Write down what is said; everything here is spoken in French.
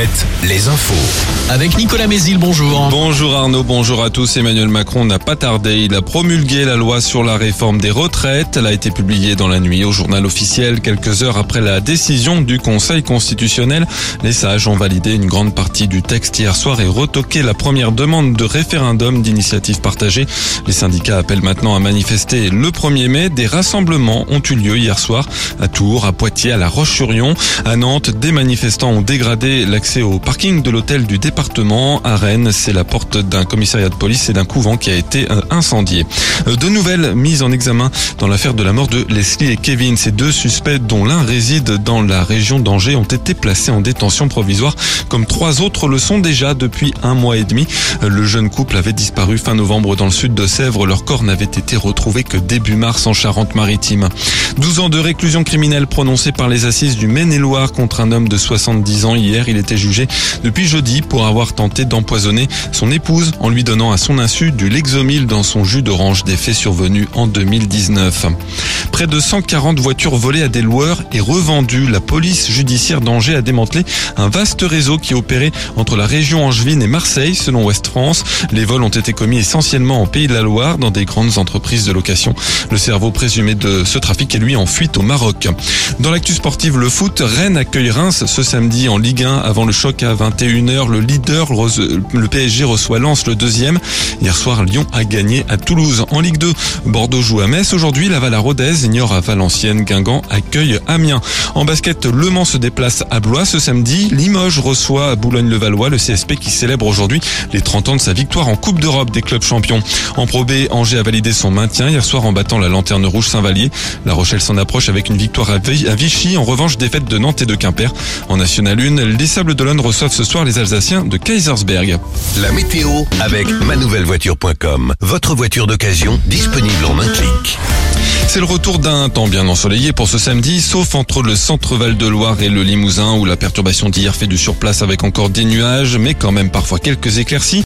retraite, les infos. Avec Nicolas Mézil, bonjour. Bonjour Arnaud, bonjour à tous. Emmanuel Macron n'a pas tardé. Il a promulgué la loi sur la réforme des retraites. Elle a été publiée dans la nuit au journal officiel quelques heures après la décision du Conseil constitutionnel. Les sages ont validé une grande partie du texte hier soir et retoqué la première demande de référendum d'initiative partagée. Les syndicats appellent maintenant à manifester le 1er mai. Des rassemblements ont eu lieu hier soir à Tours, à Poitiers, à La Roche-sur-Yon. À Nantes, des manifestants ont dégradé l'accès au parking de l'hôtel du département. À Rennes, c'est la porte d'un commissariat de police et d'un couvent qui a été incendié. De nouvelles mises en examen dans l'affaire de la mort de Leslie et Kevin. Ces deux suspects, dont l'un réside dans la région d'Angers, ont été placés en détention provisoire, comme 3 autres le sont déjà depuis 1 mois et demi. Le jeune couple avait disparu fin novembre dans le sud de Sèvres. Leur corps n'avait été retrouvé que début mars en Charente-Maritime. 12 ans de réclusion criminelle prononcés par les assises du Maine-et-Loire contre un homme de 70 ans. Hier, il était jugé depuis jeudi pour avoir tenté d'empoisonner son épouse en lui donnant à son insu du Lexomil dans son jus d'orange, des faits survenus en 2019. Près de 140 voitures volées à des loueurs et revendues. La police judiciaire d'Angers a démantelé un vaste réseau qui opérait entre la région angevine et Marseille, selon Ouest France. Les vols ont été commis essentiellement en Pays de la Loire, dans des grandes entreprises de location. Le cerveau présumé de ce trafic est lui en fuite au Maroc. Dans l'actu sportive, le foot, Rennes accueille Reims ce samedi en Ligue 1 avant le choc à 21h. Le leader, le PSG, reçoit Lens, le deuxième. Hier soir, Lyon a gagné à Toulouse. En Ligue 2, Bordeaux joue à Metz. Aujourd'hui, Laval à Rodez, Niort à Valenciennes, Guingamp accueille Amiens. En basket, Le Mans se déplace à Blois ce samedi. Limoges reçoit à Boulogne-le-Valois, le CSP qui célèbre aujourd'hui les 30 ans de sa victoire en Coupe d'Europe des clubs champions. En Pro B, Angers a validé son maintien hier soir en battant la Lanterne Rouge Saint-Vallier. La Rochelle s'en approche avec une victoire à Vichy. En revanche, défaite de Nantes et de Quimper. En National 1, les Sables d'Olonne reçoivent ce soir les Alsaciens de Kaisersberg. La météo avec manouvellevoiture.com. Votre voiture d'occasion disponible en un clic. C'est le retour d'un temps bien ensoleillé pour ce samedi, sauf entre le centre Val-de-Loire et le Limousin où la perturbation d'hier fait du surplace avec encore des nuages, mais quand même parfois quelques éclaircies.